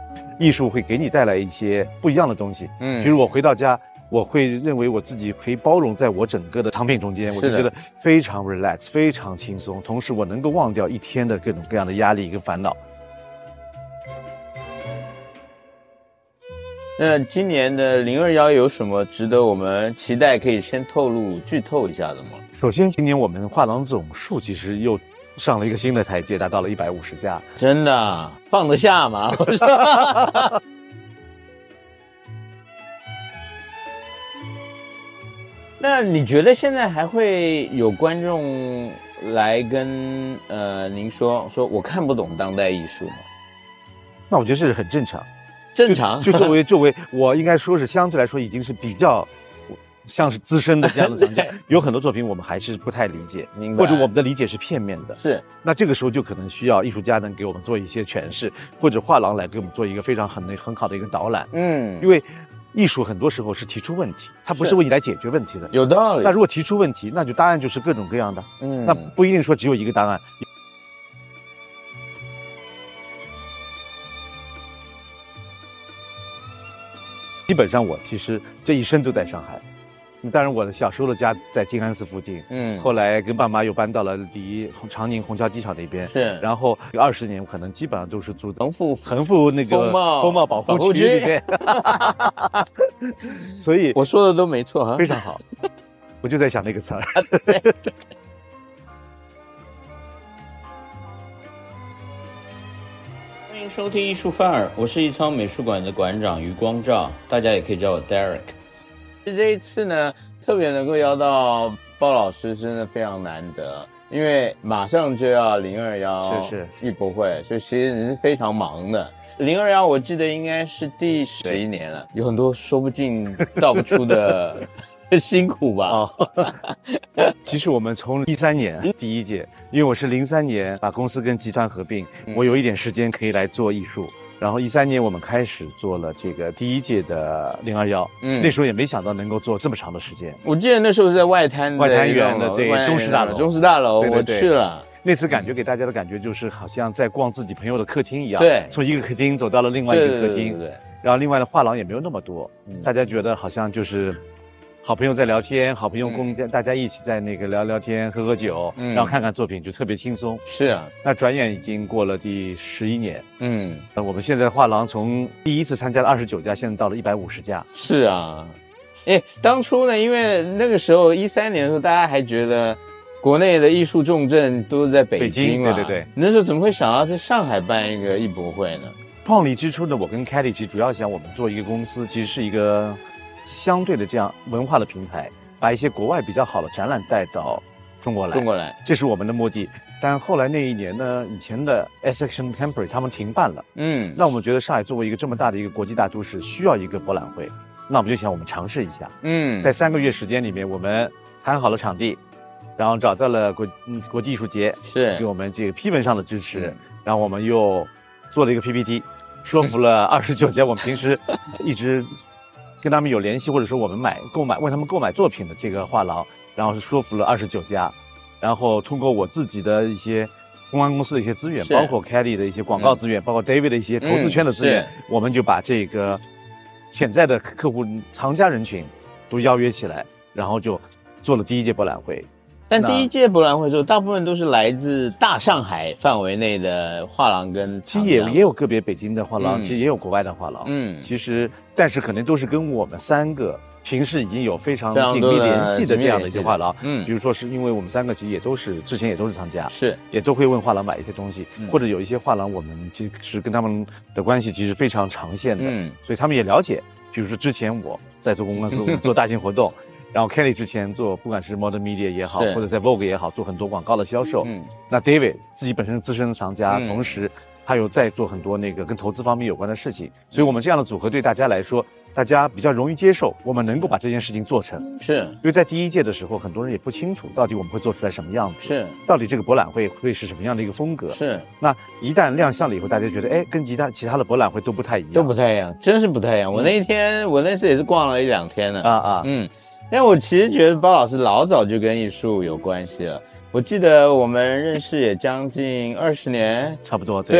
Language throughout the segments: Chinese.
艺术会给你带来一些不一样的东西。比如我回到家，我会认为我自己可以包容在我整个的藏品中间，我就觉得非常 relax， 非常轻松，同时我能够忘掉一天的各种各样的压力跟烦恼。 那今年的021有什么值得我们期待，可以先剧透一下的吗？ 首先，今年我们画廊总数其实又上了一个新的台阶，达到了150家。 真的放得下吗？那你觉得现在还会有观众来跟您说我看不懂当代艺术吗？ 那我觉得这是很正常。就作为我应该说是相对来说已经是比较像是资深的这样的藏家，有很多作品我们还是不太理解，或者我们的理解是片面的。 是， 那这个时候就可能需要艺术家能给我们做一些诠释，或者画廊来给我们做一个非常很好的一个导览。因为艺术很多时候是提出问题，它不是为你来解决问题的。 有道理。 那如果提出问题，那就答案就是各种各样的。那不一定说只有一个答案。基本上我其实这一生都在上海，当然我的小时候的家在静安寺附近，后来跟爸妈又搬到了离长宁虹桥机场那边， 是， 然后20年可能基本上都是住在横幅那个风貌保护区里面，所以我说的都没错哈， 非常好，我就在想那个词儿。 欢迎收听艺术范儿，我是艺仓美术馆的馆长余光照，大家也可以叫我 Derek。这一次呢，特别能够邀到包老师，真的非常难得，因为马上就要021艺博会，所以其实你是非常忙的。021我记得应该是第11年了，有很多说不尽道不出的辛苦吧。 其实我们从13年第一届，因为我是03年把公司跟集团合并，我有一点时间可以来做艺术，然后13年我们开始做了这个第一届的021，那时候也没想到能够做这么长的时间。 我记得那时候是在外滩园的这个中式大楼， 我去了。 那次感觉给大家的感觉就是好像在逛自己朋友的客厅一样， 对， 从一个客厅走到了另外一个客厅， 对， 然后另外的画廊也没有那么多，大家觉得好像就是好朋友在聊天，好朋友大家一起在那个聊聊天，喝喝酒，然后看看作品，就特别轻松。 是啊， 那转眼已经过了第11年，我们现在画廊从第一次参加了29家，现在到了150家。 是啊，当初呢，因为那个时候13年的时候，大家还觉得国内的艺术重镇都是在北京嘛， 对， 你那时候怎么会想要在上海办一个艺博会呢？ 创立之初呢，我跟 Kelly 其实主要想我们做一个公司，其实是一个相对的这样文化的平台，把一些国外比较好的展览带到中国来，这是我们的目的。但后来那一年呢，以前的 Section Temporary 他们停办了，那我们觉得上海作为一个这么大的一个国际大都市，需要一个博览会，那我们就想我们尝试一下，在3个月时间里面，我们谈好了场地，然后找到了国际艺术节， 是给我们这个批文上的支持，然后我们又做了一个 PPT， 说服了29家我们平时一直跟他们有联系，或者说我们为他们购买作品的这个画廊，然后是说服了29家，然后通过我自己的一些公关公司的一些资源，包括 Kelly 的一些广告资源，包括 David 的一些投资圈的资源，我们就把这个潜在的客户藏家人群都邀约起来，然后就做了第一届博览会。 但第一届博览会的时候，大部分都是来自大上海范围内的画廊跟其实也有个别北京的画廊，其实也有国外的画廊，其实但是可能都是跟我们3个平时已经有非常紧密联系的这样的一些画廊，比如说是因为我们3个其实之前也都是藏家， 是也都会问画廊买一些东西，或者有一些画廊我们其实跟他们的关系其实非常长线的，所以他们也了解，比如说之前我在做公关司，我们做大型活动。然后 Kelly 之前做不管是 Modern Media 也好，或者在 Vogue 也好，做很多广告的销售。那 David 自己本身是资深的藏家，同时他有在做很多那个跟投资方面有关的事情，所以我们这样的组合对大家来说，大家比较容易接受，我们能够把这件事情做成。 是因为在第一届的时候，很多人也不清楚到底我们会做出来什么样子， 是到底这个博览会会是什么样的一个风格。 是那一旦亮相了以后，大家觉得跟其他的博览会都不太一样， 真是不太一样。我那次也是逛了1-2天呢。但我其实觉得包老师老早就跟艺术有关系了。我记得我们认识也将近20年， 差不多。 对，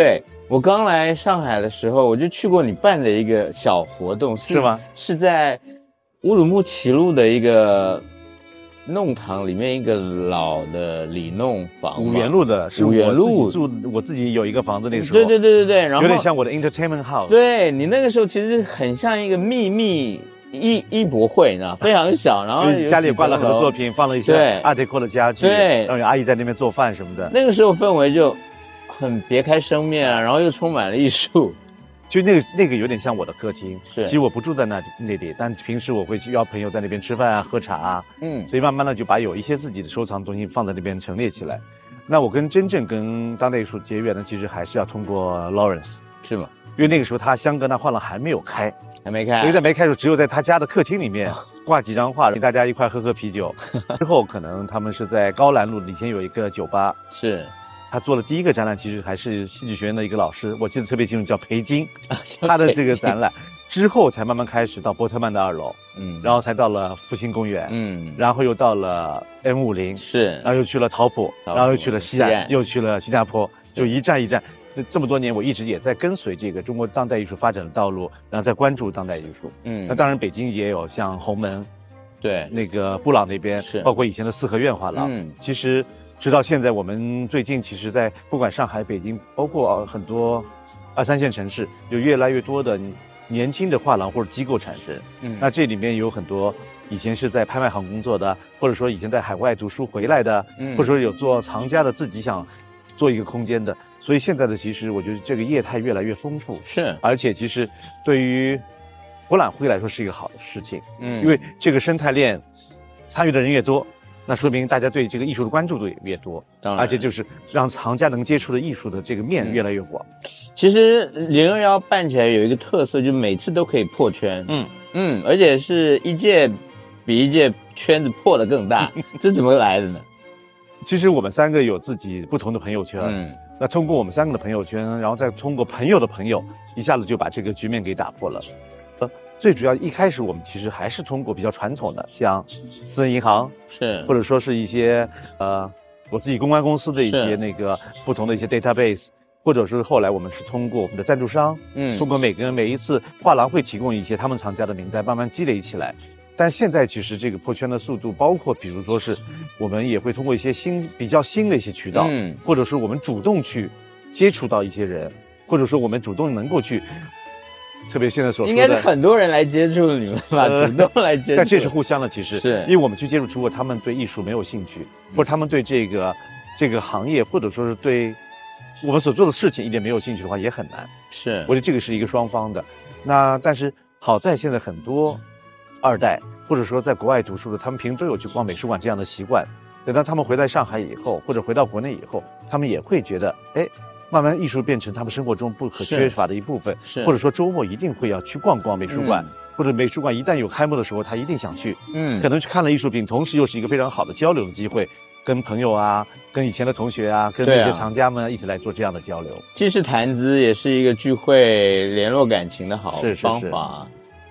我刚来上海的时候，我就去过你办的一个小活动， 是吗？ 是在乌鲁木齐路的一个弄堂里面一个老的里弄房， 五原路的，是五原路住，我自己有一个房子，那时候对，然后有点像我的 entertainment house。 对，你那个时候其实很像一个秘密艺博会，你知道，非常小，然后家里挂了很多作品，放了一些Art Deco的家具， 对， 然后有阿姨在那边做饭什么的。 那个时候氛围就很别开生面啊，然后又充满了艺术。 就那个有点像我的客厅， 是。 其实我不住在那里，但平时我会去邀朋友在那边吃饭啊、喝茶啊，所以慢慢的就把有一些自己的收藏中心放在那边陈列起来。那我真正跟当代艺术结缘呢，其实还是要通过 Lawrence， 是吗？ 因为那个时候他香格纳画廊还没有开， 还没开， 因为在没开的时候，只有在他家的客厅里面挂几张画，给大家一块喝啤酒。之后可能他们是在高兰路以前有一个酒吧， 是。 他做了第一个展览，其实还是戏剧学院的一个老师，我记得特别清楚，叫裴金，他的这个展览之后才慢慢开始到波特曼的2楼，然后才到了复兴公园，然后又到了 M50， 是， 然后又去了陶普，然后又去了西岸，又去了新加坡，就一站一站。这么多年，我一直也在跟随这个中国当代艺术发展的道路，然后在关注当代艺术。那当然北京也有像红门， 对， 那个布朗那边， 是， 包括以前的四合院画廊，其实。直到现在，我们最近其实在不管上海、北京，包括很多2、3线城市，有越来越多的年轻的画廊或者机构产生。那这里面有很多以前是在拍卖行工作的，或者说以前在海外读书回来的，或者说有做藏家的，自己想做一个空间的。所以现在的其实我觉得这个业态越来越丰富， 是， 而且其实对于博览会来说是一个好的事情，因为这个生态链参与的人越多。那说明大家对这个艺术的关注度也越多，而且就是让藏家能接触的艺术的这个面越来越广。 其实021办起来有一个特色，就每次都可以破圈，而且是一届比一届圈子破得更大，这怎么来的呢？ 其实我们3个有自己不同的朋友圈，那通过我们3个的朋友圈，然后再通过朋友的朋友，一下子就把这个局面给打破了。最主要一开始我们其实还是通过比较传统的，像私人银行是， 或者说是一些我自己公关公司的一些那个不同的一些 database， 或者是后来我们是通过我们的赞助商，通过每一次画廊会提供一些他们藏家的名单，慢慢积累起来。但现在其实这个破圈的速度，包括比如说是我们也会通过一些比较新的一些渠道，或者是我们主动去接触到一些人，或者说我们主动能够去。特别现在所说的， 应该是很多人来接触你们吧，主动来接触。 但这是互相的，其实是因为我们去接触，如果他们对艺术没有兴趣，或者他们对这个行业，或者说是对我们所做的事情一点没有兴趣的话，也很难。 是， 我觉得这个是一个双方的。那但是好在现在很多2代，或者说在国外读书的，他们平时都有去逛美术馆这样的习惯。等到他们回到上海以后，或者回到国内以后，他们也会觉得，慢慢艺术变成他们生活中不可缺乏的一部分，或者说周末一定会要去逛逛美术馆，或者美术馆一旦有开幕的时候，他一定想去，可能去看了艺术品，同时又是一个非常好的交流的机会，跟朋友啊，跟以前的同学啊，跟那些藏家们一起来做这样的交流， 既是谈资，也是一个聚会联络感情的好方法。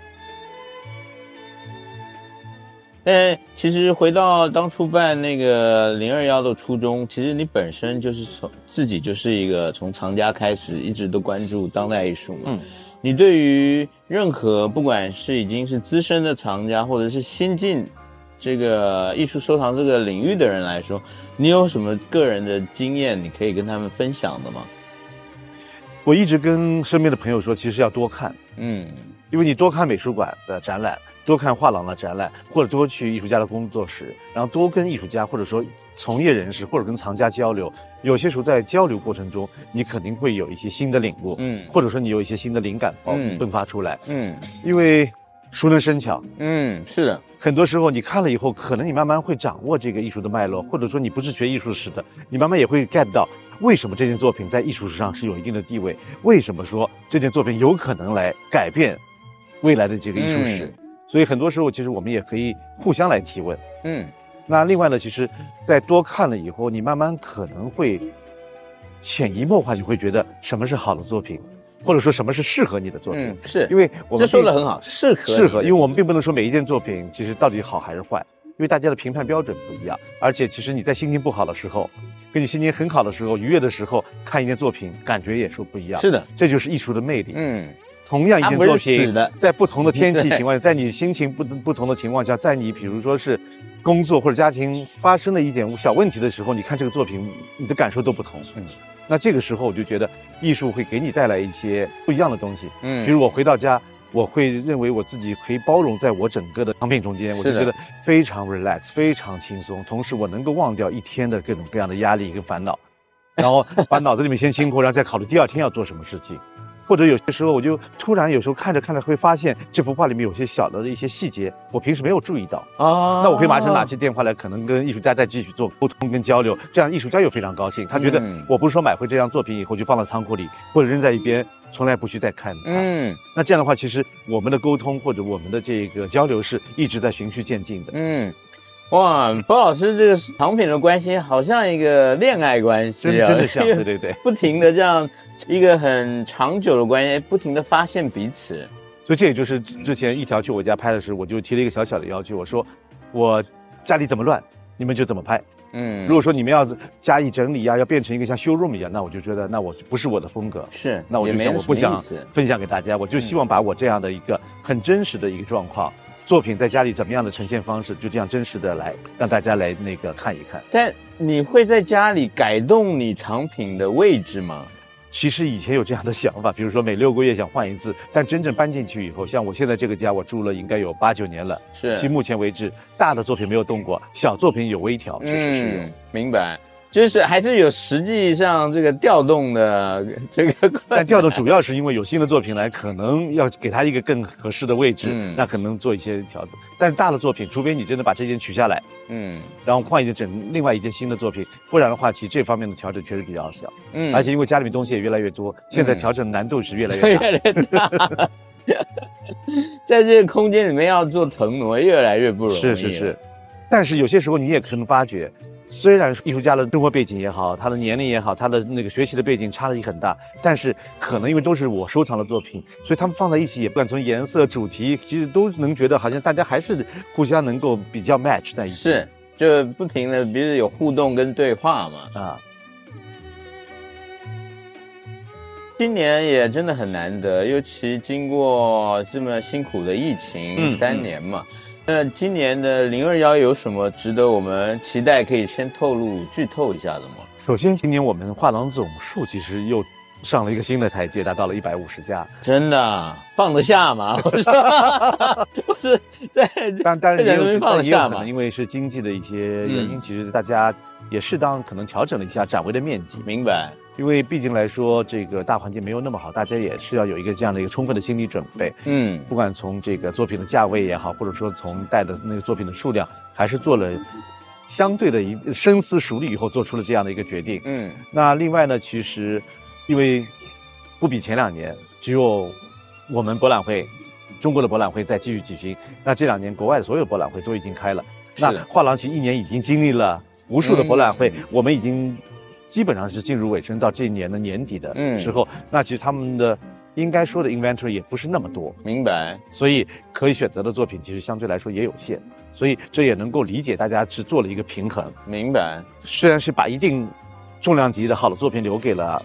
但其实回到当初办那个021的初衷，其实你本身就是自己就是一个从藏家开始一直都关注当代艺术嘛。你对于任何不管是已经是资深的藏家，或者是新进这个艺术收藏这个领域的人来说，你有什么个人的经验你可以跟他们分享的吗？ 我一直跟身边的朋友说，其实要多看，因为你多看美术馆的展览，多看画廊的展览，或者多去艺术家的工作室，然后多跟艺术家或者说从业人士或者跟藏家交流。有些时候在交流过程中，你肯定会有一些新的领悟，或者说你有一些新的灵感迸发出来，因为熟能生巧， 是的， 很多时候你看了以后，可能你慢慢会掌握这个艺术的脉络，或者说你不是学艺术史的，你慢慢也会 get 到为什么这件作品在艺术史上是有一定的地位，为什么说这件作品有可能来改变未来的这个艺术史。所以很多时候其实我们也可以互相来提问。那另外呢，其实在多看了以后，你慢慢可能会潜移默化，你会觉得什么是好的作品，或者说什么是适合你的作品。 是因为我们这说得很好，适合， 因为我们并不能说每一件作品其实到底好还是坏， 为大家的评判标准不一样，而且其实你在心情不好的时候，跟你心情很好的时候、愉悦的时候看一件作品，感觉也是不一样。 是的， 这就是艺术的魅力。同样一件作品，在不同的天气情况下，在你心情不同的情况下，在你比如说是工作或者家庭发生了一点小问题的时候，你看这个作品，你的感受都不同。那这个时候我就觉得艺术会给你带来一些不一样的东西。比如我回到家，我会认为我自己可以包容在我整个的藏品中间，我就觉得非常 relax， 非常轻松，同时我能够忘掉一天的各种各样的压力跟烦恼，然后把脑子里面先清空，然后再考虑第二天要做什么事情。或者有些时候我就突然有时候看着看着会发现这幅画里面有些小的一些细节，我平时没有注意到啊，那我会马上拿起电话来，可能跟艺术家再继续做沟通跟交流，这样艺术家又非常高兴，他觉得我不是说买回这样作品以后就放到仓库里或者扔在一边，从来不去再看。那这样的话，其实我们的沟通或者我们的这个交流是一直在循序渐进的。 哇，包老师这个藏品的关系好像一个恋爱关系啊， 真的像，对对对， 不停的这样一个很长久的关系，不停的发现彼此。 所以这也就是之前一条去我家拍的时候，我就提了一个小小的要求，我说我家里怎么乱，你们就怎么拍。如果说你们要加以整理啊，要变成一个像 showroom 一样，那我就觉得那我不是我的风格。 是， 那我就想我不想分享给大家，我就希望把我这样的一个很真实的一个状况。作品在家里怎么样的呈现方式，就这样真实的来让大家来看一看。 但你会在家里改动你藏品的位置吗？ 其实以前有这样的想法，比如说每6个月想换一次，但真正搬进去以后，像我现在这个家，我住了应该有8、9年了。 是， 其实目前为止，大的作品没有动过，小作品有微调，确实是有。 明白。就是还是有实际上这个调动的这个， 但调动主要是因为有新的作品来，可能要给它一个更合适的位置，那可能做一些调整。但是大的作品，除非你真的把这件取下来，然后换一件另外一件新的作品，不然的话，其实这方面的调整确实比较小。而且因为家里面东西也越来越多，现在调整难度是越来越大。 在这个空间里面要做腾挪越来越不容易。 是，但是有些时候你也可能发觉。虽然艺术家的生活背景也好，他的年龄也好，他的那个学习的背景差异很大，但是可能因为都是我收藏的作品，所以他们放在一起，也不管从颜色、主题，其实都能觉得好像大家还是互相能够比较 match 在一起。 是，就不停的，比如有互动跟对话嘛。今年也真的很难得，尤其经过这么辛苦的疫情3年嘛。那今年的021有什么值得我们期待可以先剧透一下的吗？ 首先，今年我们画廊总数其实又上了一个新的台阶，达到了150家。 真的放得下吗？我是在当然也有放得下嘛， 因为是经济的一些原因，其实大家也适当可能调整了一下展位的面积。 明白。 因为毕竟来说，这个大环境没有那么好，大家也是要有一个这样的一个充分的心理准备。不管从这个作品的价位也好，或者说从带的那个作品的数量，还是做了相对的深思熟虑以后做出了这样的一个决定。那另外呢，其实因为不比前2年，只有我们博览会，中国的博览会在继续举行。那这2年国外的所有博览会都已经开了。那画廊其实1年已经经历了无数的博览会，我们已经基本上是进入尾声，到这一年的年底的时候，那其实他们的应该说的 inventory 也不是那么多。 明白。 所以可以选择的作品其实相对来说也有限，所以这也能够理解大家是做了一个平衡。 明白。 虽然是把一定重量级的好的作品留给了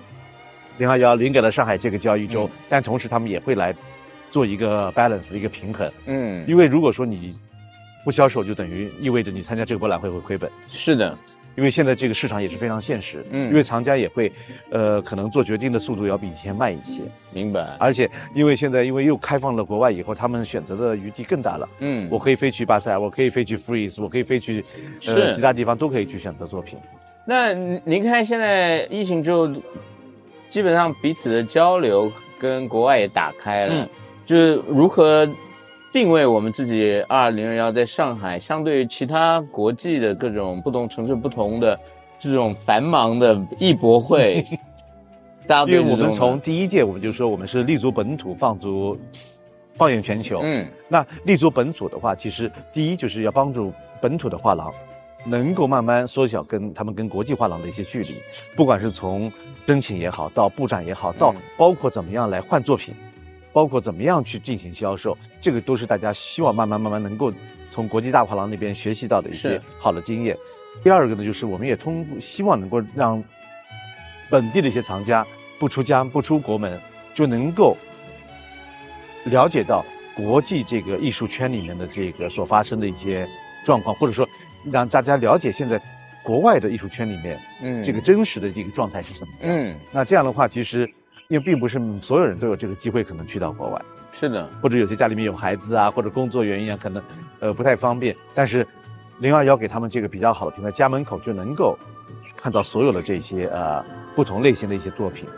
021，留给了上海这个交易周，但同时他们也会来做一个 balance 的一个平衡。因为如果说你不销售，就等于意味着你参加这个博览会会亏本。 是的。 因为现在这个市场也是非常现实，因为藏家也会，可能做决定的速度要比以前慢一些。 明白。 而且因为现在又开放了国外以后，他们选择的余地更大了。我可以飞去巴塞尔，我可以飞去 Freeze， 我可以飞去其他地方都可以去选择作品。 那您看现在疫情之后，基本上彼此的交流跟国外也打开了，就是如何定位我们自己2021在上海，相对于其他国际的各种不同城市不同的这种繁忙的艺博会，大家因为我们从第1届我们就说我们是立足本土，放眼全球。那立足本土的话，其实第一就是要帮助本土的画廊能够慢慢缩小跟国际画廊的一些距离，不管是从申请也好，到布展也好，到包括怎么样来换作品，包括怎么样去进行销售，这个都是大家希望慢慢能够从国际大画廊那边学习到的一些是好的经验。第二个呢，就是我们也希望能够让本地的一些藏家不出家不出国门，就能够了解到国际这个艺术圈里面的这个所发生的一些状况，或者说让大家了解现在国外的艺术圈里面，这个真实的这个状态是什么样。那这样的话，其实因为并不是所有人都有这个机会可能去到国外， 是的， 或者有些家里面有孩子啊，或者工作原因啊，可能不太方便，但是021给他们这个比较好的平台，家门口就能够看到所有的这些不同类型的一些作品。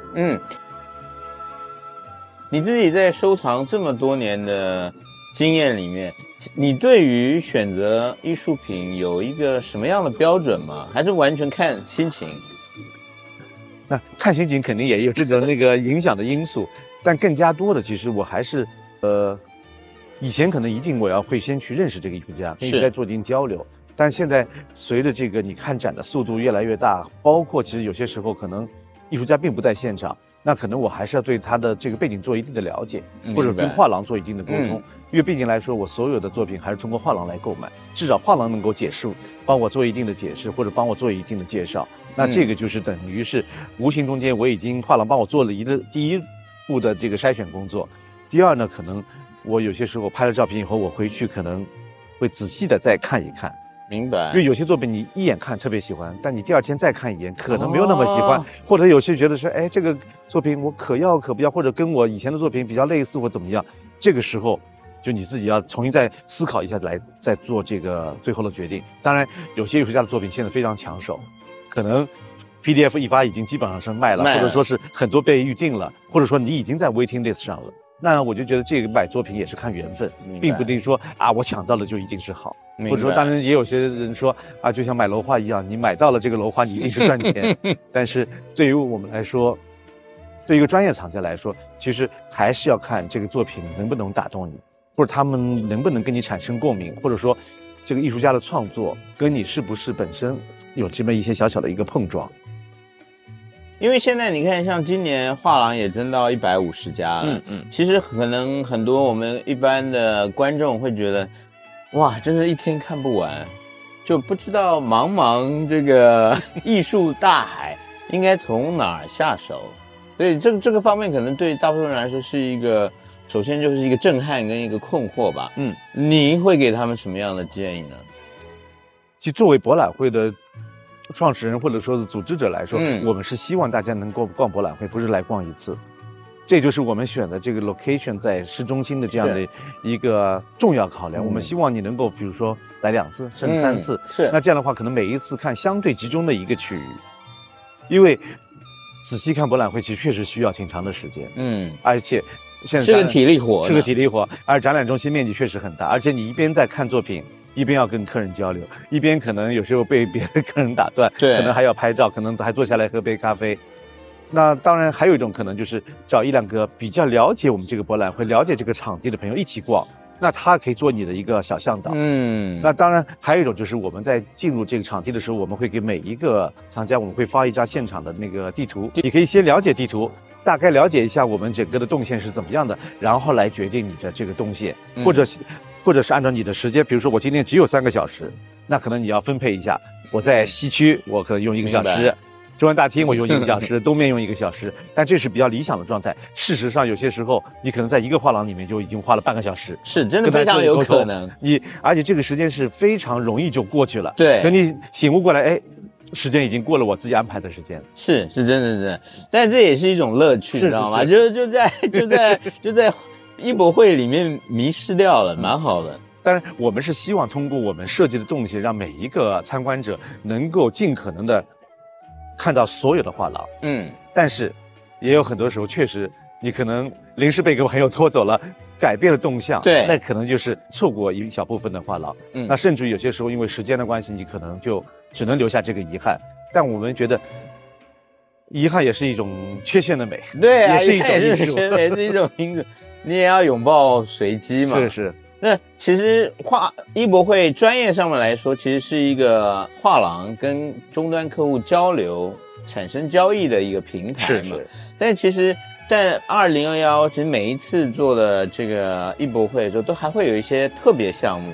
你自己在收藏这么多年的经验里面，你对于选择艺术品有一个什么样的标准吗？还是完全看心情？ 那看心情肯定也有这个那个影响的因素，但更加多的其实我还是以前可能一定我会先去认识这个艺术家，跟艺术家做一定交流。但现在随着这个你看展的速度越来越大，包括其实有些时候可能艺术家并不在现场，那可能我还是要对他的这个背景做一定的了解，或者跟画廊做一定的沟通。因为毕竟来说，我所有的作品还是通过画廊来购买，至少画廊能够解释，帮我做一定的解释，或者帮我做一定的介绍。那这个就是等于是无形中间我已经画廊帮我做了第一步的这个筛选工作。第二呢，可能我有些时候拍了照片以后，我回去可能会仔细的再看一看。 明白。 因为有些作品你一眼看特别喜欢，但你第二天再看一眼可能没有那么喜欢，或者有些觉得是这个作品我可要可不要，或者跟我以前的作品比较类似或怎么样，这个时候就你自己要重新再思考一下，再做这个最后的决定。当然有些艺术家的作品现在非常抢手，可能 PDF 一发已经基本上是卖了，或者说是很多被预定了，或者说你已经在 waiting list 上了。那我就觉得这个买作品也是看缘分，并不一定说我抢到了就一定是好，或者说当然也有些人说就像买楼花一样，你买到了这个楼花你一定是赚钱。但是对于我们来说，对于一个专业藏家来说，其实还是要看这个作品能不能打动你，或者他们能不能跟你产生共鸣，或者说这个艺术家的创作跟你是不是本身有这么一些小小的一个碰撞。 因为现在你看，像今年画廊也增到150家了，其实可能很多我们一般的观众会觉得，哇，真是一天看不完，就不知道茫茫这个艺术大海应该从哪儿下手。所以这个方面可能对大部分人来说是一个，首先就是一个震撼跟一个困惑吧。你会给他们什么样的建议呢？ 其实作为博览会的创始人或者说是组织者来说，我们是希望大家能够逛博览会，不是来逛一次。这就是我们选的这个 location 在市中心的这样的一个重要考量。我们希望你能够比如说来2次甚至3次，那这样的话可能每一次看相对集中的一个区域，因为仔细看博览会其实确实需要挺长的时间，而且现在是个体力活， 是个体力活，而展览中心面积确实很大，而且你一边在看作品，一边要跟客人交流，一边可能有时候被别的客人打断，可能还要拍照，可能还坐下来喝杯咖啡。那当然还有一种可能就是找1-2个比较了解我们这个博览会、了解这个场地的朋友一起逛，那他可以做你的一个小向导。那当然还有一种就是我们在进入这个场地的时候，我们会给每一个藏家我们会发一张现场的那个地图，你可以先了解地图，大概了解一下我们整个的动线是怎么样的，然后来决定你的这个动线，或者是按照你的时间，比如说我今天只有3个小时，那可能你要分配一下，我在西区我可能用1个小时，中央大厅我用1个小时，东面用1个小时，但这是比较理想的状态。事实上有些时候你可能在一个画廊里面就已经花了半个小时， 是真的非常有可能。 而且这个时间是非常容易就过去了， 对， 等你醒悟过来，时间已经过了我自己安排的时间， 是真的，但这也是一种乐趣，你知道吗？就在艺博会里面迷失掉了，蛮好的。 当然我们是希望通过我们设计的动线，让每一个参观者能够尽可能的看到所有的画廊，但是也有很多时候确实你可能临时被个朋友拖走了，改变了动向， 对， 那可能就是错过一小部分的画廊，那甚至有些时候因为时间的关系，你可能就只能留下这个遗憾。但我们觉得遗憾也是一种缺陷的美， 对啊， 也是一种艺术， 也是一种艺术，你也要拥抱随机嘛。 是。 那其实艺博会专业上面来说，其实是一个画廊跟终端客户交流、产生交易的一个平台嘛。但其实在2021，其实每一次做的这个艺博会的时候，都还会有一些特别项目。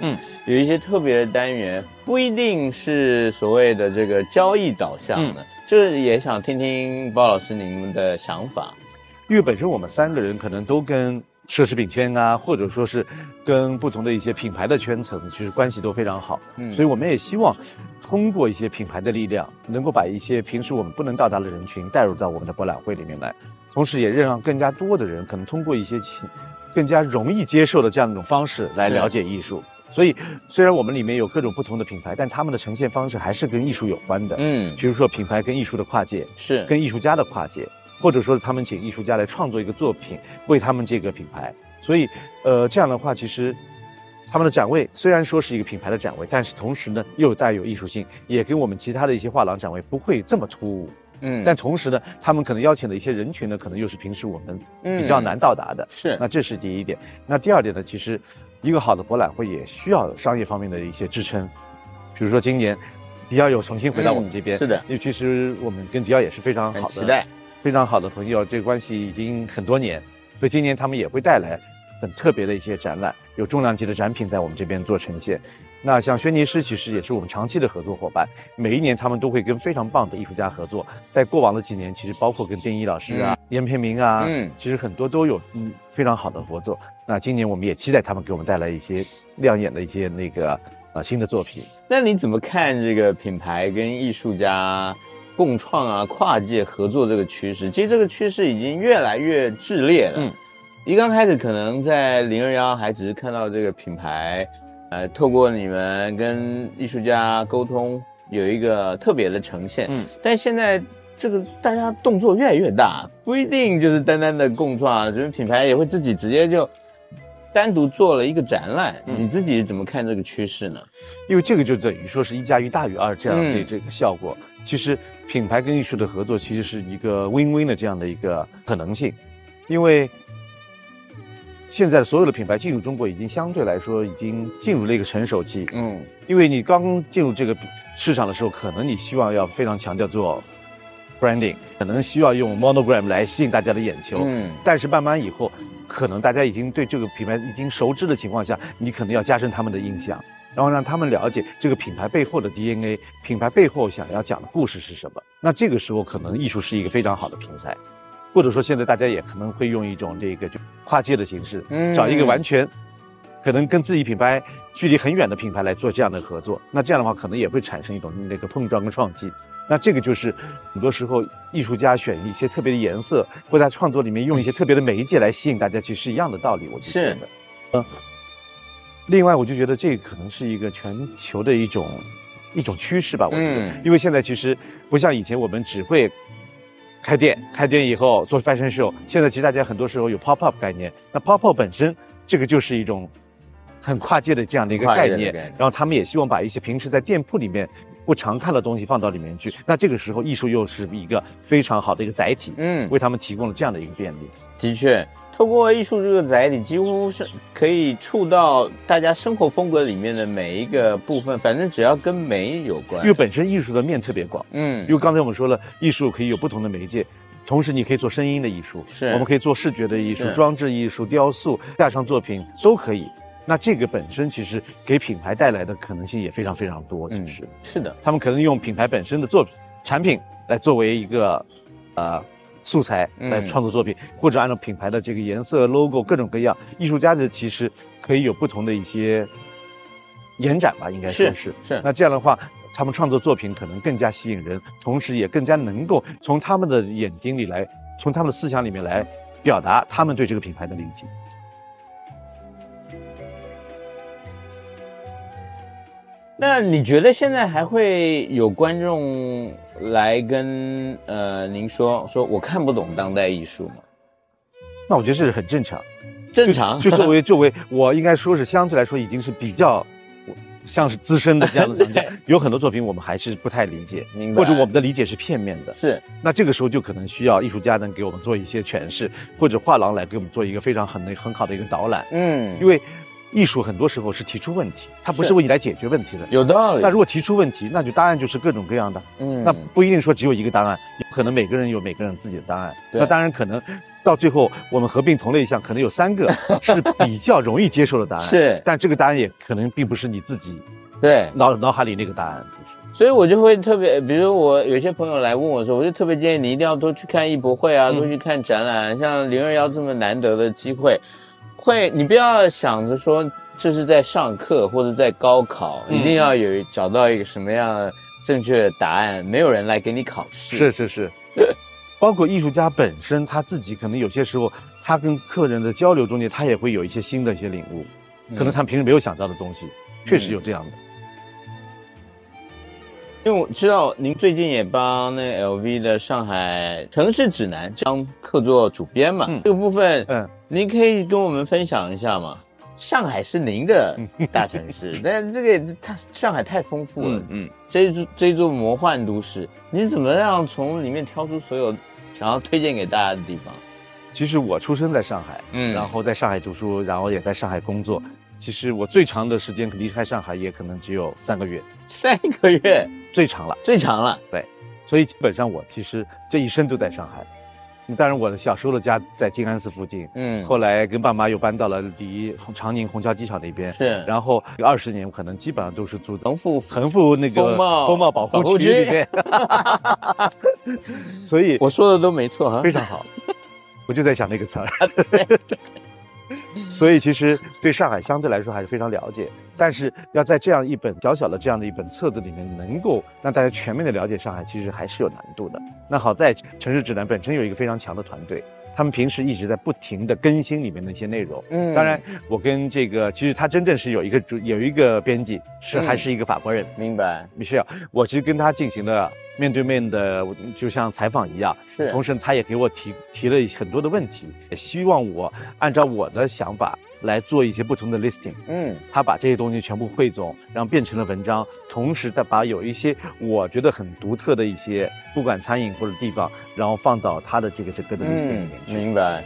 有一些特别的单元，不一定是所谓的这个交易导向的，这也想听听包老师你们的想法。 因为本身我们3个人可能都跟奢侈品圈啊，或者说是跟不同的一些品牌的圈层，其实关系都非常好。所以我们也希望通过一些品牌的力量，能够把一些平时我们不能到达的人群带入到我们的博览会里面来，同时也让更加多的人可能通过一些更加容易接受的这样一种方式来了解艺术。所以虽然我们里面有各种不同的品牌，但他们的呈现方式还是跟艺术有关的。比如说品牌跟艺术的跨界， 是跟艺术家的跨界，或者说他们请艺术家来创作一个作品，为他们这个品牌。所以这样的话，其实他们的展位虽然说是一个品牌的展位，但是同时呢又带有艺术性，也跟我们其他的一些画廊展位不会这么突兀。但同时呢，他们可能邀请的一些人群呢，可能又是平时我们比较难到达的。 是， 那这是第一点。那第二点呢，其实一个好的博览会也需要商业方面的一些支撑。比如说今年迪奥又重新回到我们这边， 是的， 因为其实我们跟迪奥也是非常好的， 期待， 非常好的朋友，这个关系已经很多年，所以今年他们也会带来很特别的一些展览，有重量级的展品在我们这边做呈现。那像轩尼诗其实也是我们长期的合作伙伴，每一年他们都会跟非常棒的艺术家合作。在过往的几年，其实包括跟丁一老师啊、严培明啊，其实很多都有非常好的合作。那今年我们也期待他们给我们带来一些亮眼的一些新的作品。 那你怎么看这个品牌跟艺术家共创啊、跨界合作这个趋势？其实这个趋势已经越来越炽烈了。一刚开始可能在021还只是看到这个品牌。透过你们跟艺术家沟通，有一个特别的呈现。但现在这个大家动作越来越大，不一定就是单单的共创，就是品牌也会自己直接就单独做了一个展览。你自己怎么看这个趋势呢？ 因为这个就等于说是1+1大于2这样的这个效果。其实品牌跟艺术的合作其实是一个 win-win 的这样的一个可能性，因为现在所有的品牌进入中国已经相对来说已经进入了一个成熟期。因为你刚进入这个市场的时候，可能你希望要非常强调做 branding， 可能需要用 monogram 来吸引大家的眼球。但是慢慢以后，可能大家已经对这个品牌已经熟知的情况下，你可能要加深他们的印象，然后让他们了解这个品牌背后的 DNA， 品牌背后想要讲的故事是什么。那这个时候可能艺术是一个非常好的平台。或者说现在大家也可能会用一种这个就跨界的形式，找一个完全可能跟自己品牌距离很远的品牌来做这样的合作。那这样的话可能也会产生一种那个碰撞跟创击。那这个就是很多时候艺术家选一些特别的颜色，或在创作里面用一些特别的媒介来吸引大家，其实是一样的道理。我就觉得另外我就觉得这个可能是一个全球的一种趋势吧。我觉得因为现在其实不像以前我们只会开店以后做 fashion show， 现在其实大家很多时候有 pop up 概念。那 pop up 本身这个就是一种很跨界的这样的一个概念，然后他们也希望把一些平时在店铺里面不常看的东西放到里面去。那这个时候艺术又是一个非常好的一个载体，为他们提供了这样的一个便利。 的确，透过艺术这个载体，几乎是可以触到大家生活风格里面的每一个部分，反正只要跟美有关。 因为本身艺术的面特别广，因为刚才我们说了，艺术可以有不同的媒介，同时你可以做声音的艺术，我们可以做视觉的艺术、装置艺术、雕塑、架上作品都可以。那这个本身其实给品牌带来的可能性也非常非常多。其实是的， 他们可能用品牌本身的产品来作为一个素材来创作作品，或者按照品牌的这个颜色 logo 各种各样，艺术家的其实可以有不同的一些延展吧，应该说是。那这样的话他们创作作品可能更加吸引人，同时也更加能够从他们的眼睛里来，从他们的思想里面来表达他们对这个品牌的理解。 那你觉得现在还会有观众来跟您说我看不懂当代艺术吗？ 那我觉得这是很正常。就作为我应该说是相对来说已经是比较像是资深的这样的藏家，有很多作品我们还是不太理解，或者我们的理解是片面的。那这个时候就可能需要艺术家能给我们做一些诠释，或者画廊来给我们做一个非常很好的一个导览。因为艺术很多时候是提出问题，它不是为你来解决问题的。 有道理。 那如果提出问题，那就答案就是各种各样的。那不一定说只有一个答案，有可能每个人有每个人自己的答案。那当然可能到最后我们合并同类项，可能有3个是比较容易接受的答案， 是， 但这个答案也可能并不是你自己对脑海里那个答案。 所以我就会特别，比如我有些朋友来问我说，我就特别建议你一定要多去看艺博会啊，多去看展览，像021这么难得的机会，你不要想着说这是在上课或者在高考，一定要找到一个什么样的正确的答案，没有人来给你考试。 是，包括艺术家本身他自己可能有些时候，他跟客人的交流中间，他也会有一些新的一些领悟，可能他们平时没有想到的东西，确实有这样的。 因为我知道您最近也帮那 LV 的上海城市指南当客座主编嘛，这个部分，您可以跟我们分享一下吗？上海是您的大城市，但这个上海太丰富了，这座魔幻都市，你怎么样从里面挑出所有想要推荐给大家的地方？ 其实我出生在上海，然后在上海读书，然后也在上海工作。其实我最长的时间离开上海也可能只有3个月 ，3个月最长了，对，所以基本上我其实这一生都在上海。当然我的小时候的家在静安寺附近，后来跟爸妈又搬到了离长宁虹桥机场那边， 是， 然后20年可能基本上都是住横幅那个风貌保护区里面，所以我说的都没错哈， 非常好，我就在想那个词儿。所以其实对上海相对来说还是非常了解，但是要在这样一本小小的这样的一本册子里面能够让大家全面的了解上海，其实还是有难度的。那好在城市指南本身有一个非常强的团队，他们平时一直在不停的更新里面的一些内容。当然我跟这个其实他真正是有一个编辑还是一个法国人， 明白 Michelle，我其实跟他进行了面对面的，就像采访一样， 是。 同时他也给我提了很多的问题，也希望我按照我的想法来做一些不同的 listing。他把这些东西全部汇总，然后变成了文章，同时再把有一些我觉得很独特的一些，不管餐饮或者地方，然后放到他的这个整个的 listing 里面去。 明白。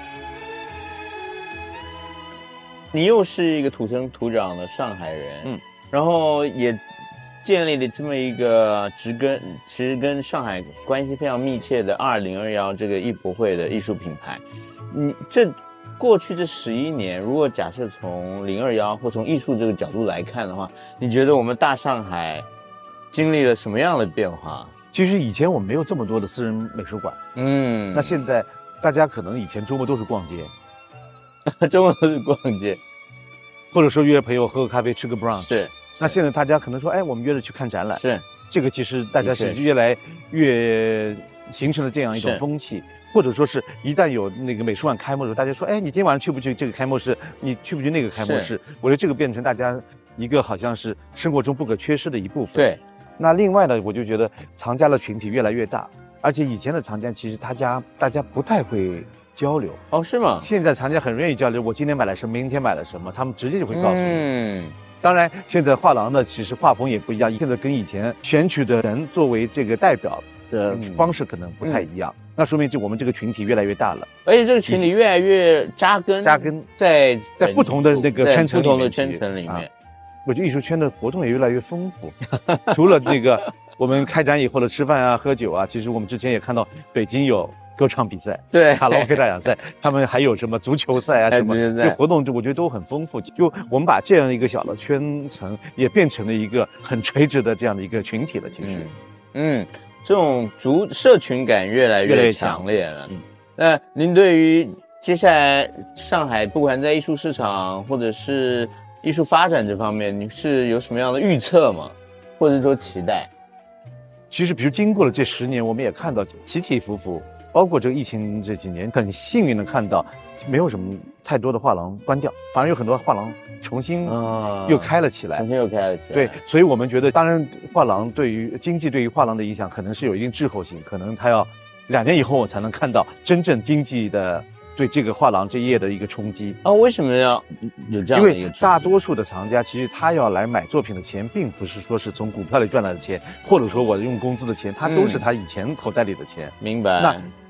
你又是一个土生土长的上海人，然后也建立了这么一个其实跟上海关系非常密切的2021这个艺博会的艺术品牌。过去这11年，如果假设从021或从艺术这个角度来看的话，你觉得我们大上海经历了什么样的变化？ 其实以前我们没有这么多的私人美术馆，那现在大家可能以前周末都是逛街， 周末都是逛街， 或者说约朋友喝个咖啡吃个 brunch。 是。 那现在大家可能说，我们约着去看展览。 是。 这个其实大家是越来越形成了这样一种风气，或者说是一旦有那个美术馆开幕的时候，大家说，你今天晚上去不去这个开幕式？你去不去那个开幕式？我觉得这个变成大家一个好像是生活中不可缺失的一部分。 对。 那另外呢，我就觉得藏家的群体越来越大，而且以前的藏家其实大家不太会交流。 是吗？ 现在藏家很愿意交流，我今天买了什么，明天买了什么，他们直接就会告诉你。当然现在画廊呢其实画风也不一样，现在跟以前选取的人作为这个代表的方式可能不太一样，那说明我们这个群体越来越大了， 而且这个群体越来越扎根在不同的那个圈层里面。 我觉得艺术圈的活动也越来越丰富，除了那个我们开展以后的吃饭啊喝酒啊，其实我们之前也看到北京有歌唱比赛， 对， 卡拉 OK 大奖赛，他们还有什么足球赛啊什么，这活动我觉得都很丰富。就我们把这样一个小的圈层也变成了一个很垂直的这样的一个群体了。其实， 这种社群感越来越强烈了。那您对于接下来上海不管在艺术市场或者是艺术发展这方面，你是有什么样的预测吗？或者说期待？ 其实比如经过了这10年，我们也看到起起伏伏，包括这个疫情这几年，很幸运的看到没有什么太多的画廊关掉，反而有很多画廊重新又开了起来。对，所以我们觉得，当然画廊对于经济对于画廊的影响可能是有一定滞后性，可能它要2年以后我才能看到真正经济的对这个画廊这一页的一个冲击。 为什么要有这样的一个？ 因为大多数的藏家其实他要来买作品的钱，并不是说是从股票里赚来的钱，或者说我用工资的钱，他都是他以前口袋里的钱。 明白。 那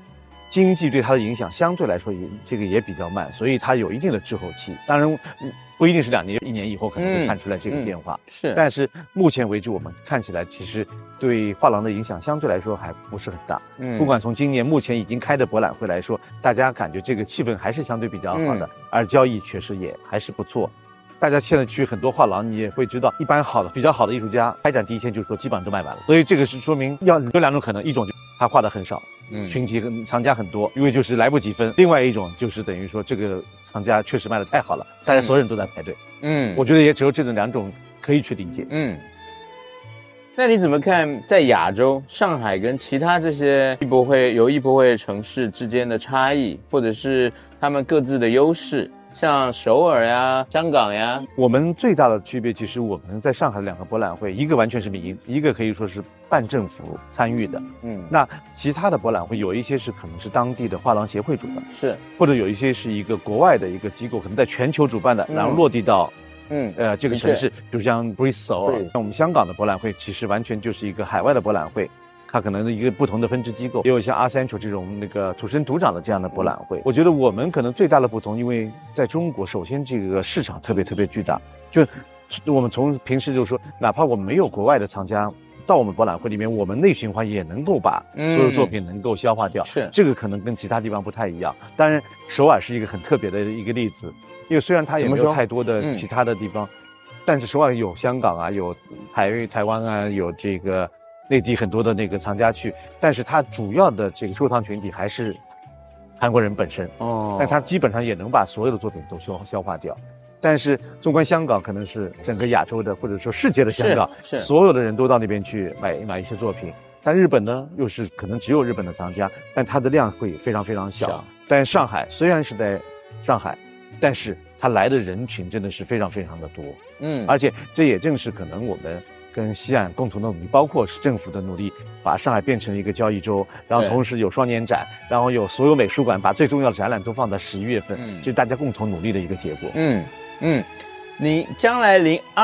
经济对它的影响相对来说也比较慢，所以它有一定的滞后期。当然，不一定是2年、1年以后可能会看出来这个变化。 是， 但是目前为止，我们看起来其实对画廊的影响相对来说还不是很大。不管从今年目前已经开的博览会来说，大家感觉这个气氛还是相对比较好的，而交易确实也还是不错。大家现在去很多画廊，你也会知道，一般比较好的艺术家开展第一天就说基本上都卖完了，所以这个是说明有2种可能，一种就是他画的很少，群体藏家很多，因为就是来不及分；另外一种就是等于说这个藏家确实卖的太好了，大家所有人都在排队。我觉得也只有这种2种可以去理解。 那你怎么看在亚洲上海跟其他这些艺博会城市之间的差异，或者是他们各自的优势？像首尔呀、香港呀， 我们最大的区别，其实我们在上海的2个博览会，一个完全是民营，一个可以说是半政府参与的。那其他的博览会有一些是可能是当地的画廊协会主办， 是， 或者有一些是一个国外的一个机构，可能在全球主办的，然后落地到这个城市，比如像 Bristol， 像我们香港的博览会，其实完全就是一个海外的博览会。它可能的一个不同的分支机构，也有像阿Central这种那个土生土长的这样的博览会。我觉得我们可能最大的不同，因为在中国，首先这个市场特别巨大，就我们从平时就说，哪怕我们没有国外的藏家到我们博览会里面，我们内循环也能够把所有作品能够消化掉。 是， 这个可能跟其他地方不太一样。当然，首尔是一个很特别的一个例子，因为虽然它也没有太多的其他的地方，但是首尔有香港啊，有台湾啊，有这个内地很多的那个藏家去，但是它主要的这个收藏群体还是韩国人本身。但它基本上也能把所有的作品都消化掉。但是纵观香港，可能是整个亚洲的或者说世界的香港，所有的人都到那边去买一些作品。但日本呢，又是可能只有日本的藏家，但它的量会非常小。但上海虽然是在上海，但是它来的人群真的是非常的多。而且这也正是可能我们跟西岸共同的努力，包括是政府的努力，把上海变成一个交易周，然后同时有双年展，然后有所有美术馆把最重要的展览都放在11月份，这是大家共同努力的一个结果。 你将来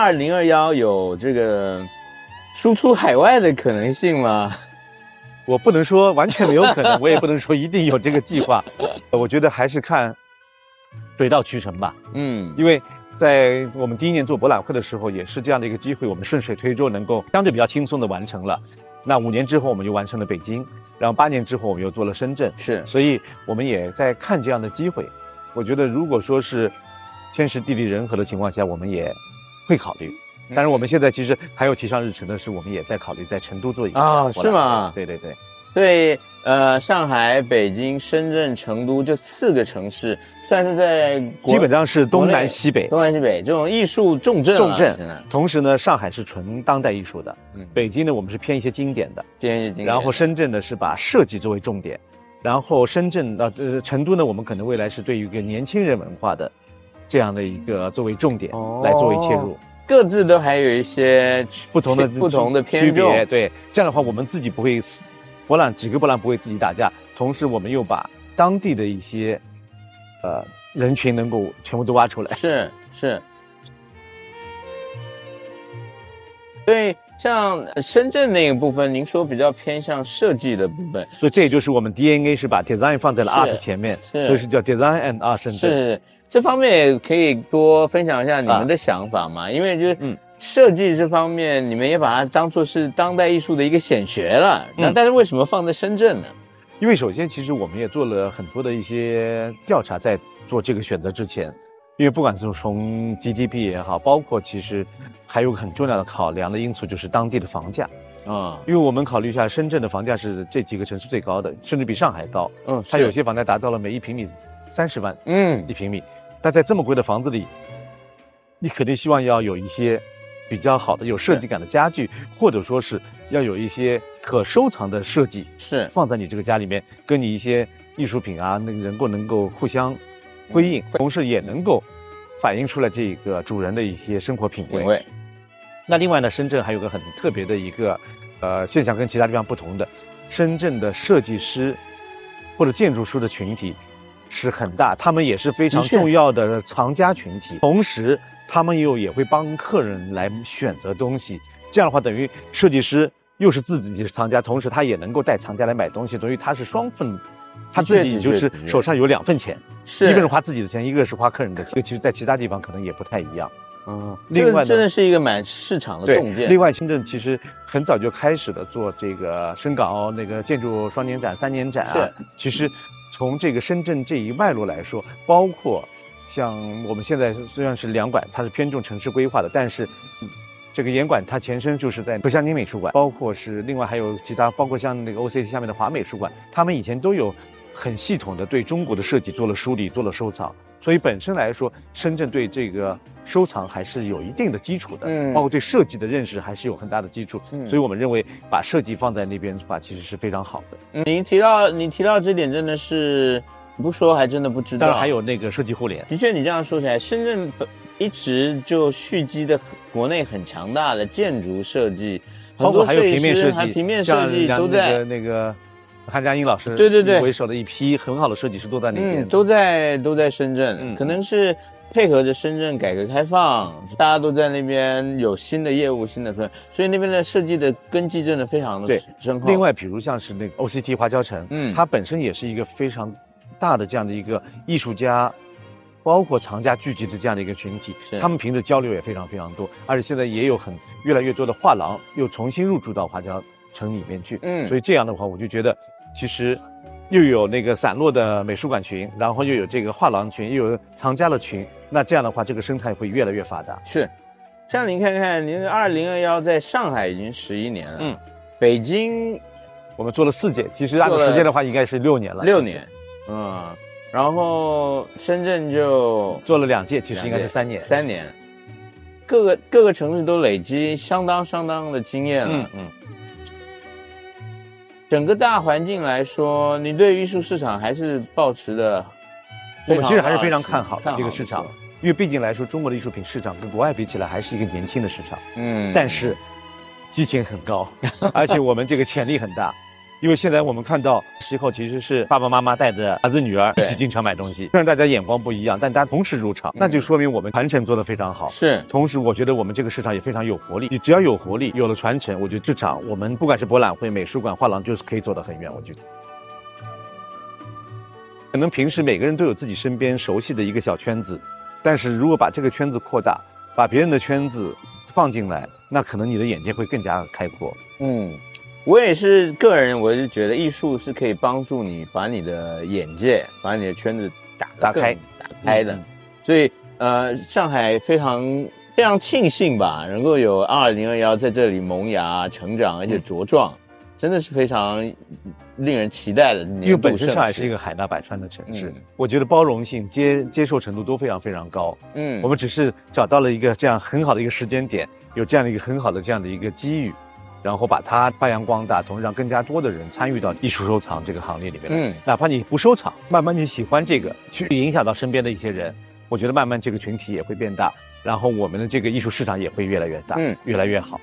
2021有这个输出海外的可能性吗？ 我不能说完全没有可能，我也不能说一定有这个计划。我觉得还是看水到渠成吧。因为在我们第1年做博览会的时候，也是这样的一个机会，我们顺水推舟能够相对比较轻松的完成了。那5年之后我们又完成了北京，然后8年之后我们又做了深圳。所以我们也在看这样的机会。我觉得如果说是天时地利人和的情况下，我们也会考虑。但是我们现在其实还有提上日程的是，我们也在考虑在成都做一个是吗？ 对。 所以上海、北京、深圳、成都这4个城市，算是在基本上是东南西北这种艺术重镇。 同时呢，上海是纯当代艺术的，北京呢我们是偏一些经典的，然后深圳呢是把设计作为重点，然后成都呢我们可能未来是对于一个年轻人文化的这样的一个作为重点来作为切入。 各自都还有一些不同的偏重。 对，这样的话我们自己不会几个博览不会自己打架，同时我们又把当地的一些人群能够全部都挖出来。 是。所以像深圳那个部分，您说比较偏向设计的部分， 所以这也就是我们 DNA 是把 design 放在了 art 前面，所以是叫 design and art 深圳。 是，这方面也可以多分享一下你们的想法嘛？因为就是设计这方面，你们也把它当作是当代艺术的一个显学了。但是为什么放在深圳呢？ 因为首先其实我们也做了很多的一些调查，在做这个选择之前。因为不管是从 GDP 也好，包括其实还有很重要的考量的因素就是当地的房价。因为我们考虑一下，深圳的房价是这几个城市最高的，甚至比上海高。它有些房价达到了每1平米30万，1平米。但在这么贵的房子里，你肯定希望要有一些比较好的有设计感的家具，或者说是要有一些可收藏的设计，放在你这个家里面，跟你一些艺术品啊，能够互相辉映，同时也能够反映出来这个主人的一些生活品味。那另外呢，深圳还有个很特别的一个现象，跟其他地方不同的，深圳的设计师或者建筑师的群体是很大，他们也是非常重要的藏家群体，同时他们也会帮客人来选择东西。这样的话，等于设计师又是自己是藏家，同时他也能够带藏家来买东西，等于他是双份他自己就是手上有2份钱， 是一个是花自己的钱，一个是花客人的钱，其实在其他地方可能也不太一样。 另外真的是一个蛮市场的洞见。 另外，深圳其实很早就开始了做这个深港那个建筑双年展、3年展啊。其实从这个深圳这一脉络来说，包括像我们现在虽然是两馆，它是偏重城市规划的，但是这个严馆它前身就是在何香凝美术馆，包括是另外还有其他，包括像那个 OCT 下面的华美术馆，他们以前都有很系统的对中国的设计做了梳理，做了收藏。所以本身来说，深圳对这个收藏还是有一定的基础的，包括对设计的认识还是有很大的基础。所以我们认为把设计放在那边的话，其实是非常好的。 你提到这点，真的是不说还真的不知道。 当然还有那个设计互联。 的确，你这样说起来，深圳一直就蓄积的国内很强大的建筑设计， 包括还有平面设计， 平面设计都在那个韩家英老师对为首的一批很好的设计师都在那边， 都在深圳，可能是配合着深圳改革开放，大家都在那边有新的业务、新的分，所以那边的设计的根基真的非常的深厚。 另外，比如像是那个 OCT 华侨城，它本身也是一个非常大的这样的一个艺术家，包括藏家聚集的这样的一个群体，他们平时交流也非常非常多，而且现在也有越来越多的画廊又重新入驻到华侨城里面去，所以这样的话，我就觉得其实又有那个散落的美术馆群，然后又有这个画廊群，又有藏家的群，那这样的话，这个生态会越来越发达。 是，像您看看，您2021在上海已经11年了，北京我们做了4届，其实按照时间的话，应该是6年了。 6年，然后深圳就做了2届，其实应该是3年。 3年，各个城市都累积相当的经验了。整个大环境来说，你对艺术市场还是抱持的， 我们其实还是非常看好这个市场，因为毕竟来说，中国的艺术品市场跟国外比起来还是一个年轻的市场，但是激情很高，而且我们这个潜力很大。因为现在我们看到10后其实是爸爸妈妈带着儿子女儿一起进场买东西，虽然大家眼光不一样，但大家同时入场，那就说明我们传承做得非常好。 是， 同时我觉得我们这个市场也非常有活力，你只要有活力，有了传承，我觉得市场我们不管是博览会、美术馆、画廊，就是可以走得很远。我觉得，可能平时每个人都有自己身边熟悉的一个小圈子，但是如果把这个圈子扩大，把别人的圈子放进来，那可能你的眼界会更加开阔。 我也是个人，我是觉得艺术是可以帮助你把你的眼界、把你的圈子打开的。所以上海非常庆幸吧，能够有2021在这里萌芽、成长，而且茁壮，真的是非常令人期待的年度盛事。 因为本身上海是一个海纳百川的城市，我觉得包容性、接受程度都非常非常高。我们只是找到了一个这样很好的一个时间点，有这样的一个很好的这样的一个机遇。然后把它发扬光大，同时让更加多的人参与到艺术收藏这个行列里面。哪怕你不收藏，慢慢你喜欢这个，去影响到身边的一些人，我觉得慢慢这个群体也会变大，然后我们的这个艺术市场也会越来越大，越来越好。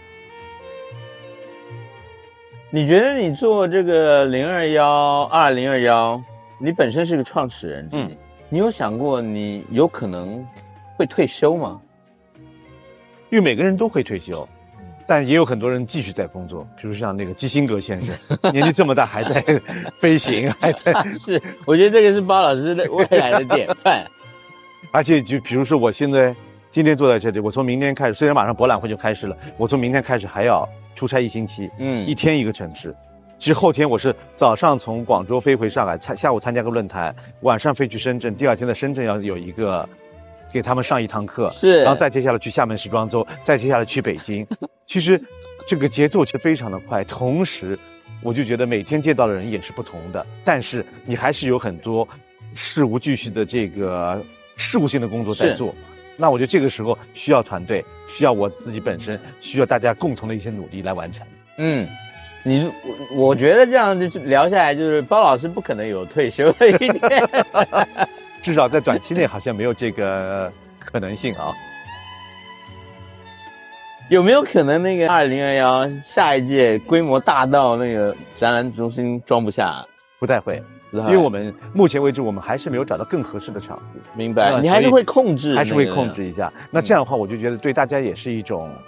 你觉得你做这个2021，你本身是个创始人，你有想过你有可能会退休吗？ 因为每个人都会退休。但也有很多人继续在工作，比如像那个基辛格先生，年纪这么大还在飞行，还在是，我觉得这个是包老师的未来的典范。 而且就比如说我现在今天坐在这里，我从明天开始，虽然马上博览会就开始了，我从明天开始还要出差1星期，一天一个城市。其实后天我是早上从广州飞回上海，下午参加个论坛，晚上飞去深圳，第2天在深圳要有一个。给他们上一堂课，然后再接下来去厦门时装周，再接下来去北京。其实这个节奏是非常的快，同时我就觉得每天见到的人也是不同的，但是你还是有很多事无巨细的这个事务性的工作在做。那我觉得这个时候需要团队，需要我自己本身，需要大家共同的一些努力来完成。 我觉得这样就聊下来，就是包老师不可能有退休的一天。 至少在短期内好像没有这个可能性啊。 有没有可能那个2021下一届规模大到那个展览中心装不下？ 不太会，因为我们目前为止我们还是没有找到更合适的场地。 明白，你还是会控制， 还是会控制一下。那这样的话，我就觉得对大家也是一种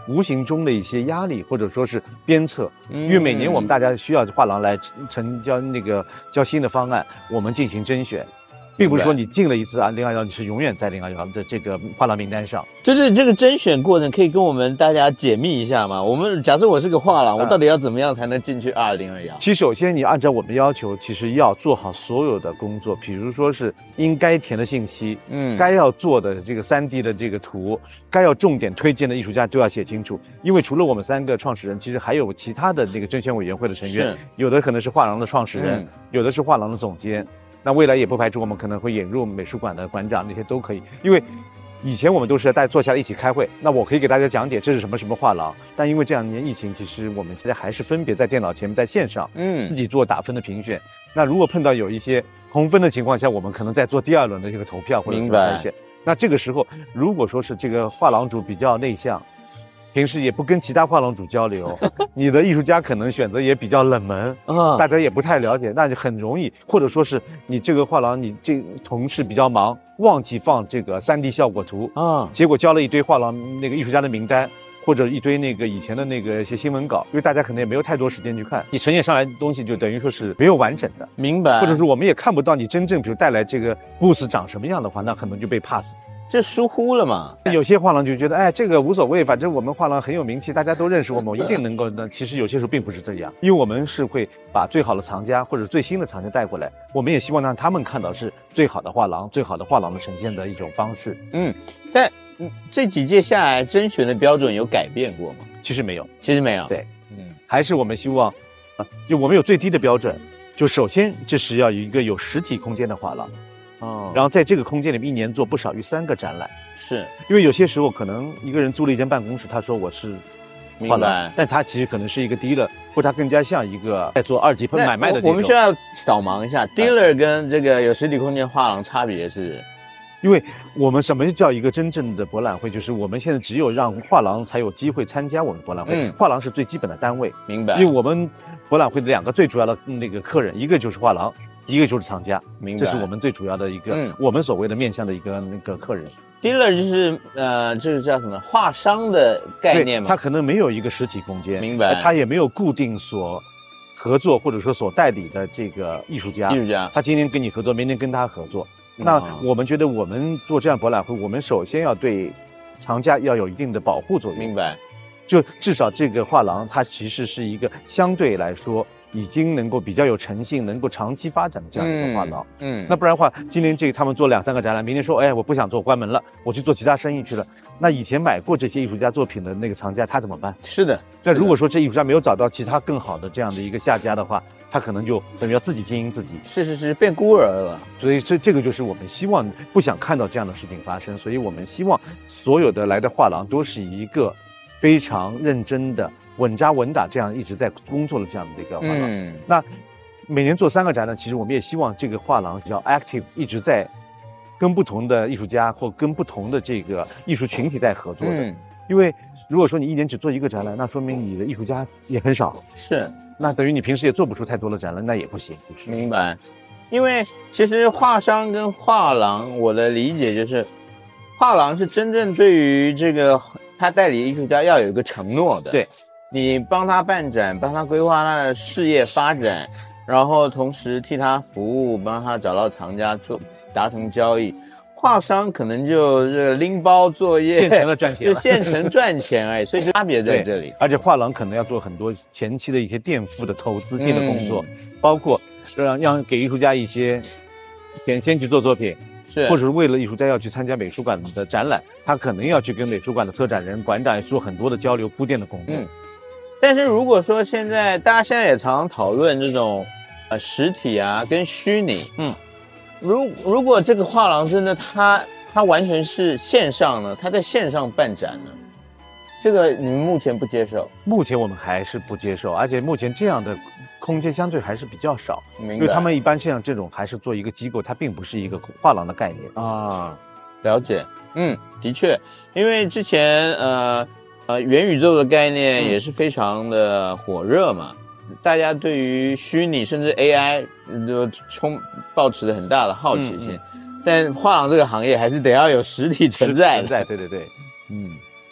无形中的一些压力，或者说是鞭策。因为每年我们大家需要画廊来成交交新的方案，我们进行甄选。并不是说你进了一次021，你是永远在021的这个画廊名单上。 就是这个甄选过程，可以跟我们大家解密一下吗？假设我是个画廊，我到底要怎么样才能进去2021？ 其实首先你按照我们的要求，其实要做好所有的工作，比如说是应该填的信息，该要做的这个3D 的这个图，该要重点推荐的艺术家都要写清楚。因为除了我们3个创始人，其实还有其他的那个甄选委员会的成员，有的可能是画廊的创始人，有的是画廊的总监。那未来也不排除我们可能会引入美术馆的馆长，那些都可以。因为以前我们都是大家坐下来一起开会，那我可以给大家讲解这是什么什么画廊。但因为这2年疫情，其实我们现在还是分别在电脑前面在线上，自己做打分的评选。那如果碰到有一些同分的情况下，我们可能在做第2轮的这个投票或者筛选。那这个时候，如果说是这个画廊主比较内向，平时也不跟其他画廊主交流，你的艺术家可能选择也比较冷门大家也不太了解，那就很容易，或者说是你这个画廊，你这同事比较忙，忘记放这个3D 效果图结果交了一堆画廊那个艺术家的名单，或者一堆那个以前的那个一些新闻稿，因为大家可能也没有太多时间去看，你呈现上来的东西就等于说是没有完整的。 明白。 或者说我们也看不到你真正比如带来这个 booth 长什么样的话，那可能就被 pass。 这疏忽了嘛？ 有些画廊就觉得，这个无所谓，反正我们画廊很有名气，大家都认识我们，我一定能够。那其实有些时候并不是这样，因为我们是会把最好的藏家或者最新的藏家带过来，我们也希望让他们看到是最好的画廊，最好的画廊的呈现的一种方式。 但这几届下来，甄选的标准有改变过吗？ 其实没有，对，还是我们希望，就我们有最低的标准，就首先这是要有一个有实体空间的画廊。然后在这个空间里面1年做不少于3个展览， 是因为有些时候可能一个人租了一间办公室，他说我是画廊，但他其实可能是一个 dealer， 或者他更加像一个在做2级买卖的这种。 我们需要扫盲一下 dealer 跟这个有实体空间画廊差别是？ 因为我们什么叫一个真正的博览会，就是我们现在只有让画廊才有机会参加我们博览会，画廊是最基本的单位。 明白。 因为我们博览会的2个最主要的那个客人，一个就是画廊，一个就是藏家，这是我们最主要的一个我们所谓的面向的一个那个客人。 dealer 就是就是叫什么画商的概念嘛？ 他可能没有一个实体空间， 明白？ 他也没有固定所合作或者说所代理的这个艺术家，他今天跟你合作，明天跟他合作。那我们觉得我们做这样博览会，我们首先要对藏家要有一定的保护作用。 明白？ 就至少这个画廊它其实是一个相对来说已经能够比较有诚信，能够长期发展的这样一个画廊。那不然的话，今天他们做2、3个展览，明天说，我不想做，关门了，我去做其他生意去了。那以前买过这些艺术家作品的那个藏家，他怎么办？ 是的。 那如果说这艺术家没有找到其他更好的这样的一个下家的话，他可能就等于要自己经营自己。 是，变孤儿了。 所以这个就是我们希望不想看到这样的事情发生，所以我们希望所有的来的画廊都是一个非常认真的、稳扎稳打这样一直在工作的这样的一个画廊。那每年做3个展览，其实我们也希望这个画廊比较 active， 一直在跟不同的艺术家或跟不同的这个艺术群体在合作的。因为如果说你1年只做1个展览，那说明你的艺术家也很少。 是。 那等于你平时也做不出太多的展览，那也不行。 明白。因为其实画商跟画廊，我的理解就是，画廊是真正对于这个他代理艺术家要有一个承诺的。 对， 你帮他办展，帮他规划他的事业发展，然后同时替他服务，帮他找到藏家达成交易。画商可能就拎包作业， 现成的赚钱， 就现成赚钱而已，所以差别在这里。 而且画廊可能要做很多前期的一些垫付的投资性的工作，包括让给艺术家一些钱先去做作品，或者是为了艺术家要去参加美术馆的展览，他可能要去跟美术馆的策展人、馆长做很多的交流铺垫的工作。 但是如果说大家现在也常常讨论这种实体啊跟虚拟，如果这个画廊真的它完全是线上呢，它在线上办展呢，这个你们目前不接受？目前我们还是不接受，而且目前这样的空间相对还是比较少，因为他们一般像这种还是做一个机构，它并不是一个画廊的概念啊。了解，的确，因为之前元宇宙的概念也是非常的火热嘛。大家对于虚拟甚至 AI 都抱持着很大的好奇心，但画廊这个行业还是得要有实体存在的。对。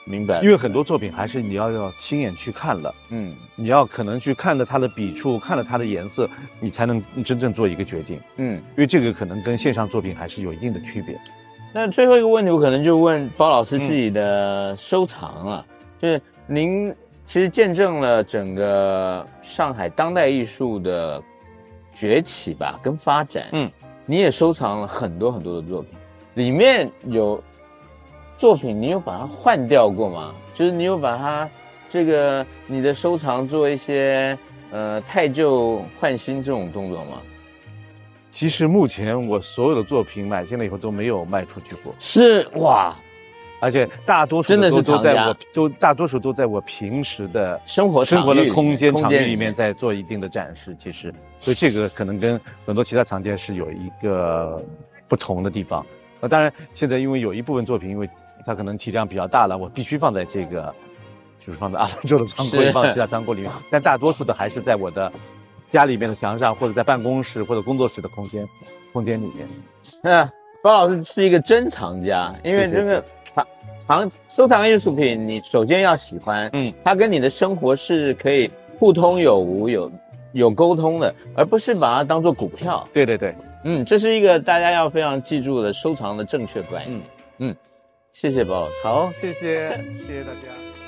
明白。 因为很多作品还是你要亲眼去看了，你要可能去看了它的笔触，看了它的颜色，你才能真正做一个决定，因为这个可能跟线上作品还是有一定的区别。 那最后一个问题，我可能就问包老师自己的收藏了，就是您其实见证了整个上海当代艺术的崛起吧，跟发展，你也收藏了很多很多的作品，里面有作品你有把它换掉过吗？就是你有把它这个你的收藏做一些汰旧换新这种动作吗？ 其实目前我所有的作品买进来以后都没有卖出去过。 是哇， 而且大多数真的是藏家， 大多数都在我平时的生活的空间场域里面在做一定的展示。其实，所以这个可能跟很多其他藏家是有一个不同的地方。当然，现在因为有一部分作品，因为它可能体量比较大了，我必须放在这个，就是放在阿兰州的仓库里，放其他仓库里面。但大多数的还是在我的家里面的墙上，或者在办公室或者工作室的空间里面。 包老师是一个珍藏家，因为这个收藏艺术品，你首先要喜欢，它跟你的生活是可以互通有无、有沟通的，而不是把它当做股票。 对对对， 这是一个大家要非常记住的收藏的正确观念。谢谢包老师。 好，谢谢大家。